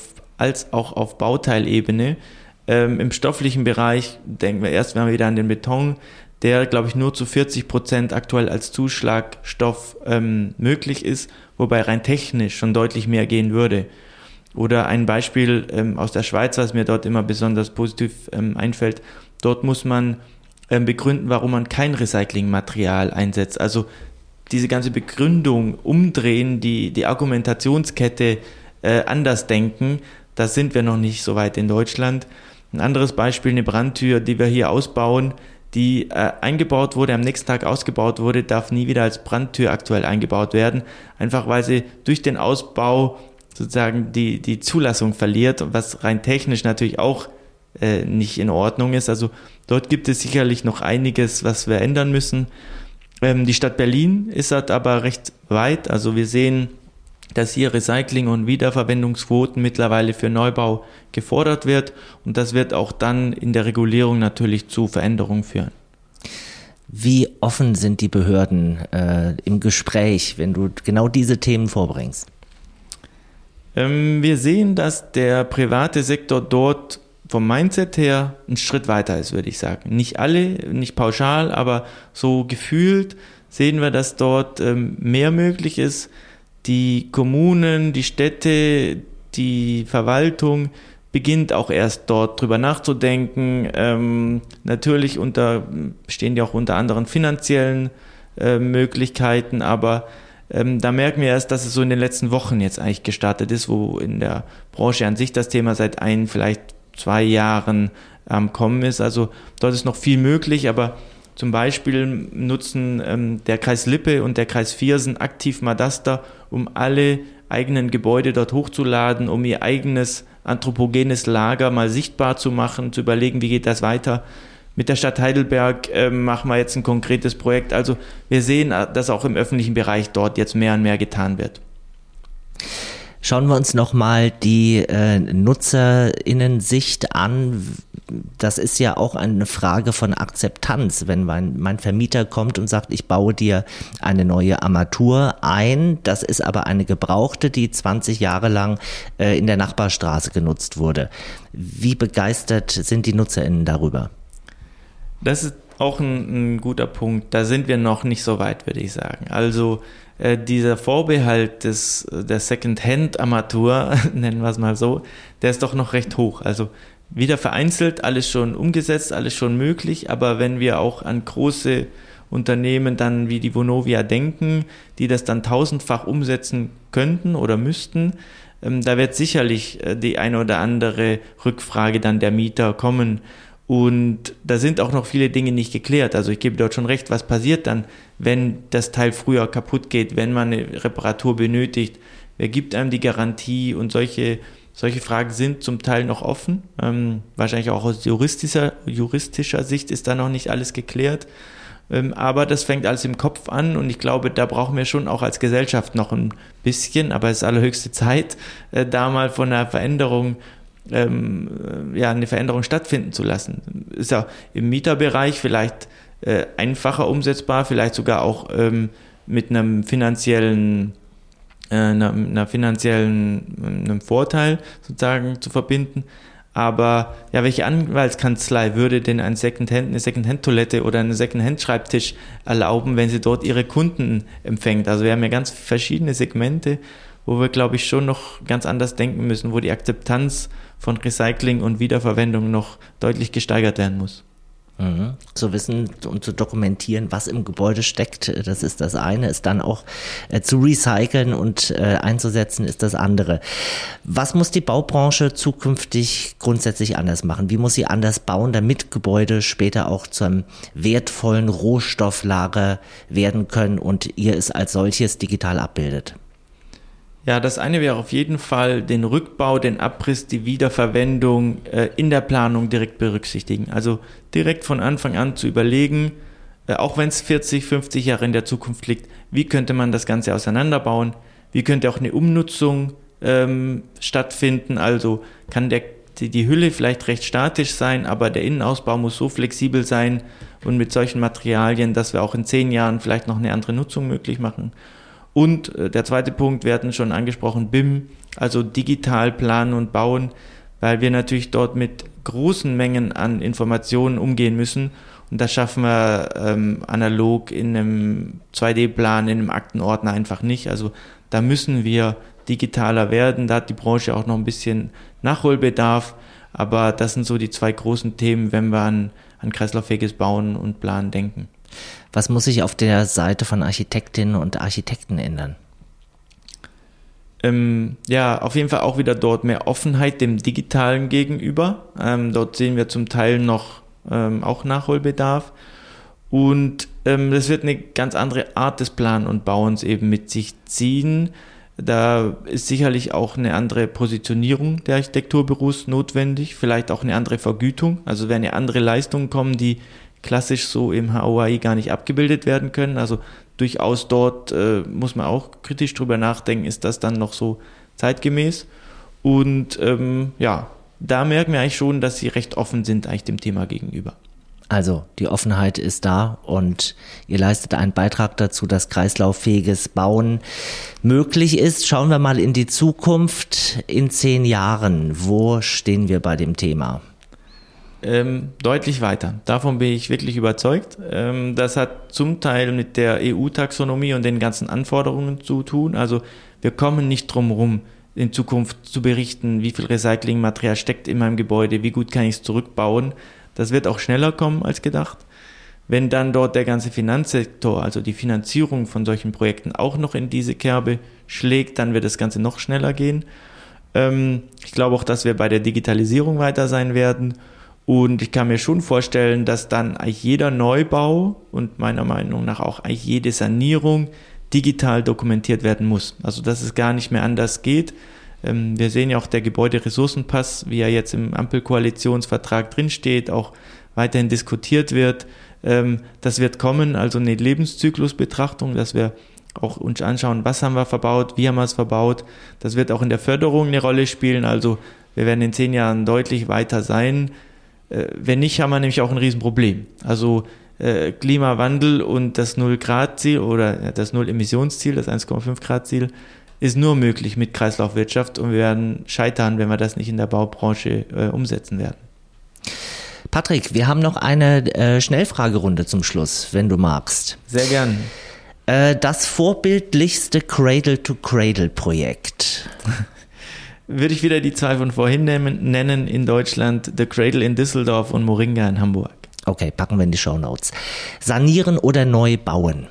auf Bauteilebene. Im stofflichen Bereich denken wir erst wieder an den Beton, der, glaube ich, nur zu 40% aktuell als Zuschlagstoff möglich ist, wobei rein technisch schon deutlich mehr gehen würde. Oder ein Beispiel aus der Schweiz, was mir dort immer besonders positiv einfällt, dort muss man begründen, warum man kein Recyclingmaterial einsetzt. Also diese ganze Begründung umdrehen, die Argumentationskette anders denken, da sind wir noch nicht so weit in Deutschland. Ein anderes Beispiel, eine Brandtür, die wir hier ausbauen, die eingebaut wurde, am nächsten Tag ausgebaut wurde, darf nie wieder als Brandtür aktuell eingebaut werden, einfach weil sie durch den Ausbau sozusagen die Zulassung verliert, was rein technisch natürlich auch nicht in Ordnung ist. Also dort gibt es sicherlich noch einiges, was wir ändern müssen. Die Stadt Berlin ist halt aber recht weit. Also wir sehen, dass hier Recycling- und Wiederverwendungsquoten mittlerweile für Neubau gefordert wird. Und das wird auch dann in der Regulierung natürlich zu Veränderungen führen. Wie offen sind die Behörden im Gespräch, wenn du genau diese Themen vorbringst? Wir sehen, dass der private Sektor dort vom Mindset her ein Schritt weiter ist, würde ich sagen. Nicht alle, nicht pauschal, aber so gefühlt sehen wir, dass dort mehr möglich ist. Die Kommunen, die Städte, die Verwaltung beginnt auch erst dort drüber nachzudenken. Natürlich stehen ja auch unter anderem finanziellen Möglichkeiten, aber da merken wir erst, dass es so in den letzten Wochen jetzt eigentlich gestartet ist, wo in der Branche an sich das Thema seit vielleicht 2 Jahren am Kommen ist. Also dort ist noch viel möglich, aber zum Beispiel nutzen der Kreis Lippe und der Kreis Viersen aktiv Madaster, um alle eigenen Gebäude dort hochzuladen, um ihr eigenes anthropogenes Lager mal sichtbar zu machen, zu überlegen, wie geht das weiter. Mit der Stadt Heidelberg machen wir jetzt ein konkretes Projekt. Also wir sehen, dass auch im öffentlichen Bereich dort jetzt mehr und mehr getan wird. Schauen wir uns nochmal die NutzerInnen-Sicht an. Das ist ja auch eine Frage von Akzeptanz. Wenn mein Vermieter kommt und sagt, ich baue dir eine neue Armatur ein, das ist aber eine gebrauchte, die 20 Jahre lang in der Nachbarstraße genutzt wurde. Wie begeistert sind die NutzerInnen darüber? Das ist auch ein guter Punkt. Da sind wir noch nicht so weit, würde ich sagen. Also dieser Vorbehalt der Second-Hand-Armatur, nennen wir es mal so, der ist doch noch recht hoch. Also wieder vereinzelt, alles schon umgesetzt, alles schon möglich, aber wenn wir auch an große Unternehmen dann wie die Vonovia denken, die das dann 1000-fach umsetzen könnten oder müssten, da wird sicherlich die eine oder andere Rückfrage dann der Mieter kommen. Und da sind auch noch viele Dinge nicht geklärt. Also ich gebe dort schon recht, was passiert dann, wenn das Teil früher kaputt geht, wenn man eine Reparatur benötigt? Wer gibt einem die Garantie? Und solche Fragen sind zum Teil noch offen. Wahrscheinlich auch aus juristischer Sicht ist da noch nicht alles geklärt. Aber das fängt alles im Kopf an und ich glaube, da brauchen wir schon auch als Gesellschaft noch ein bisschen, aber es ist allerhöchste Zeit, da mal von einer Veränderung eine Veränderung stattfinden zu lassen. Ist ja im Mieterbereich vielleicht einfacher umsetzbar, vielleicht sogar auch mit einem finanziellen einem Vorteil sozusagen zu verbinden. Aber ja, welche Anwaltskanzlei würde denn eine Secondhand-Toilette oder einen Secondhand-Schreibtisch erlauben, wenn sie dort ihre Kunden empfängt? Also wir haben ja ganz verschiedene Segmente, wo wir, glaube ich, schon noch ganz anders denken müssen, wo die Akzeptanz von Recycling und Wiederverwendung noch deutlich gesteigert werden muss. Zu wissen und zu dokumentieren, was im Gebäude steckt, das ist das eine, es dann auch zu recyceln und einzusetzen, ist das andere. Was muss die Baubranche zukünftig grundsätzlich anders machen? Wie muss sie anders bauen, damit Gebäude später auch zum wertvollen Rohstofflager werden können und ihr es als solches digital abbildet? Ja, das eine wäre auf jeden Fall den Rückbau, den Abriss, die Wiederverwendung in der Planung direkt berücksichtigen. Also direkt von Anfang an zu überlegen, auch wenn es 40, 50 Jahre in der Zukunft liegt, wie könnte man das Ganze auseinanderbauen? Wie könnte auch eine Umnutzung stattfinden? Also kann die Hülle vielleicht recht statisch sein, aber der Innenausbau muss so flexibel sein und mit solchen Materialien, dass wir auch in 10 Jahren vielleicht noch eine andere Nutzung möglich machen. Und der zweite Punkt, wir hatten schon angesprochen, BIM, also digital planen und bauen, weil wir natürlich dort mit großen Mengen an Informationen umgehen müssen. Und das schaffen wir analog in einem 2D-Plan, in einem Aktenordner einfach nicht. Also da müssen wir digitaler werden. Da hat die Branche auch noch ein bisschen Nachholbedarf. Aber das sind so die 2 großen Themen, wenn wir an kreislauffähiges Bauen und Planen denken. Was muss sich auf der Seite von Architektinnen und Architekten ändern? Ja, auf jeden Fall auch wieder dort mehr Offenheit dem Digitalen gegenüber. Dort sehen wir zum Teil noch auch Nachholbedarf. Und das wird eine ganz andere Art des Planen und Bauens eben mit sich ziehen. Da ist sicherlich auch eine andere Positionierung der Architekturbüros notwendig, vielleicht auch eine andere Vergütung. Also werden ja andere Leistungen kommen, die klassisch so im HOAI gar nicht abgebildet werden können. Also durchaus dort muss man auch kritisch drüber nachdenken, ist das dann noch so zeitgemäß? Und ja, da merken wir eigentlich schon, dass sie recht offen sind eigentlich dem Thema gegenüber. Also die Offenheit ist da und ihr leistet einen Beitrag dazu, dass kreislauffähiges Bauen möglich ist. Schauen wir mal in die Zukunft. In 10 Jahren, wo stehen wir bei dem Thema? Deutlich weiter. Davon bin ich wirklich überzeugt. Das hat zum Teil mit der EU-Taxonomie und den ganzen Anforderungen zu tun. Also wir kommen nicht drum rum, in Zukunft zu berichten, wie viel Recyclingmaterial steckt in meinem Gebäude, wie gut kann ich es zurückbauen. Das wird auch schneller kommen als gedacht. Wenn dann dort der ganze Finanzsektor, also die Finanzierung von solchen Projekten auch noch in diese Kerbe schlägt, dann wird das Ganze noch schneller gehen. Ich glaube auch, dass wir bei der Digitalisierung weiter sein werden. Und ich kann mir schon vorstellen, dass dann eigentlich jeder Neubau und meiner Meinung nach auch eigentlich jede Sanierung digital dokumentiert werden muss. Also dass es gar nicht mehr anders geht. Wir sehen ja auch der Gebäuderessourcenpass, wie er jetzt im Ampelkoalitionsvertrag drinsteht, auch weiterhin diskutiert wird. Das wird kommen, also eine Lebenszyklusbetrachtung, dass wir auch uns anschauen, was haben wir verbaut, wie haben wir es verbaut. Das wird auch in der Förderung eine Rolle spielen. Also wir werden in 10 Jahren deutlich weiter sein. Wenn nicht, haben wir nämlich auch ein Riesenproblem. Also Klimawandel und das 0-Grad-Ziel oder das Null-Emissionsziel, das 1,5-Grad-Ziel, ist nur möglich mit Kreislaufwirtschaft und wir werden scheitern, wenn wir das nicht in der Baubranche umsetzen werden. Patrick, wir haben noch eine Schnellfragerunde zum Schluss, wenn du magst. Sehr gern. Das vorbildlichste Cradle-to-Cradle-Projekt. Würde ich wieder die 2 von vorhin nennen in Deutschland, The Cradle in Düsseldorf und Moringa in Hamburg. Okay, packen wir in die Shownotes. Sanieren oder neu bauen?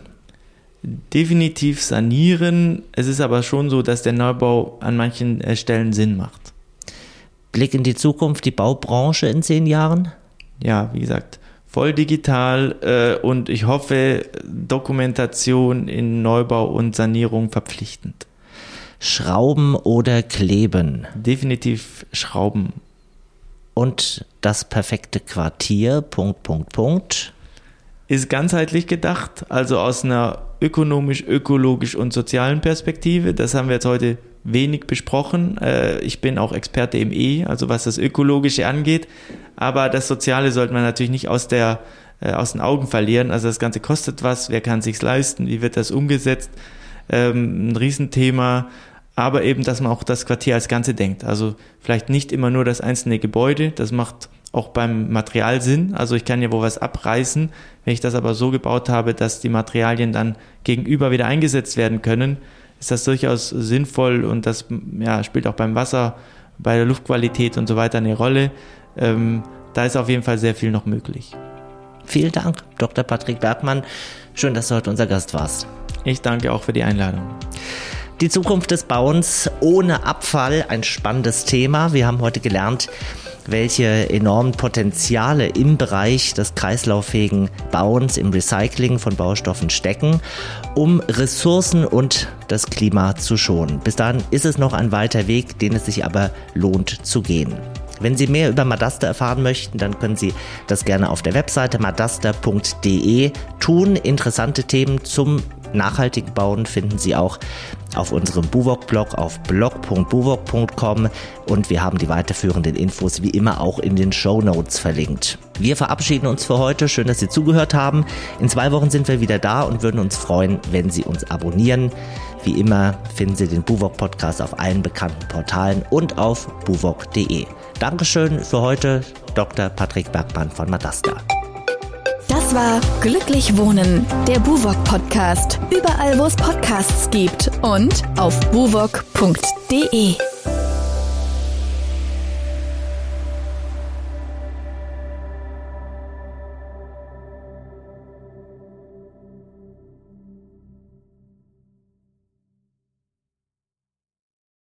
Definitiv sanieren. Es ist aber schon so, dass der Neubau an manchen Stellen Sinn macht. Blick in die Zukunft, die Baubranche in 10 Jahren? Ja, wie gesagt, voll digital und ich hoffe, Dokumentation in Neubau und Sanierung verpflichtend. Schrauben oder kleben? Definitiv Schrauben. Und das perfekte Quartier, ... Ist ganzheitlich gedacht, also aus einer ökonomisch, ökologisch und sozialen Perspektive. Das haben wir jetzt heute wenig besprochen. Ich bin auch Experte im also was das Ökologische angeht. Aber das Soziale sollte man natürlich nicht aus der aus den Augen verlieren. Also das Ganze kostet was, wer kann sich's leisten, wie wird das umgesetzt? Ein Riesenthema, aber eben, dass man auch das Quartier als Ganze denkt. Also vielleicht nicht immer nur das einzelne Gebäude, das macht auch beim Material Sinn. Also ich kann ja wo was abreißen, wenn ich das aber so gebaut habe, dass die Materialien dann gegenüber wieder eingesetzt werden können, ist das durchaus sinnvoll und das spielt auch beim Wasser, bei der Luftqualität und so weiter eine Rolle. Da ist auf jeden Fall sehr viel noch möglich. Vielen Dank, Dr. Patrick Bergmann. Schön, dass du heute unser Gast warst. Ich danke auch für die Einladung. Die Zukunft des Bauens ohne Abfall, ein spannendes Thema. Wir haben heute gelernt, welche enormen Potenziale im Bereich des kreislauffähigen Bauens, im Recycling von Baustoffen stecken, um Ressourcen und das Klima zu schonen. Bis dahin ist es noch ein weiter Weg, den es sich aber lohnt zu gehen. Wenn Sie mehr über Madasta erfahren möchten, dann können Sie das gerne auf der Webseite madasta.de tun. Interessante Themen zum nachhaltigen Bauen finden Sie auch auf unserem Buwok-Blog auf blog.buwok.com und wir haben die weiterführenden Infos wie immer auch in den Shownotes verlinkt. Wir verabschieden uns für heute. Schön, dass Sie zugehört haben. In 2 Wochen sind wir wieder da und würden uns freuen, wenn Sie uns abonnieren. Wie immer finden Sie den Buwok-Podcast auf allen bekannten Portalen und auf buwok.de. Dankeschön für heute, Dr. Patrick Bergmann von Madasta. Das war Glücklich Wohnen, der Buwok-Podcast. Überall, wo es Podcasts gibt und auf buwok.de.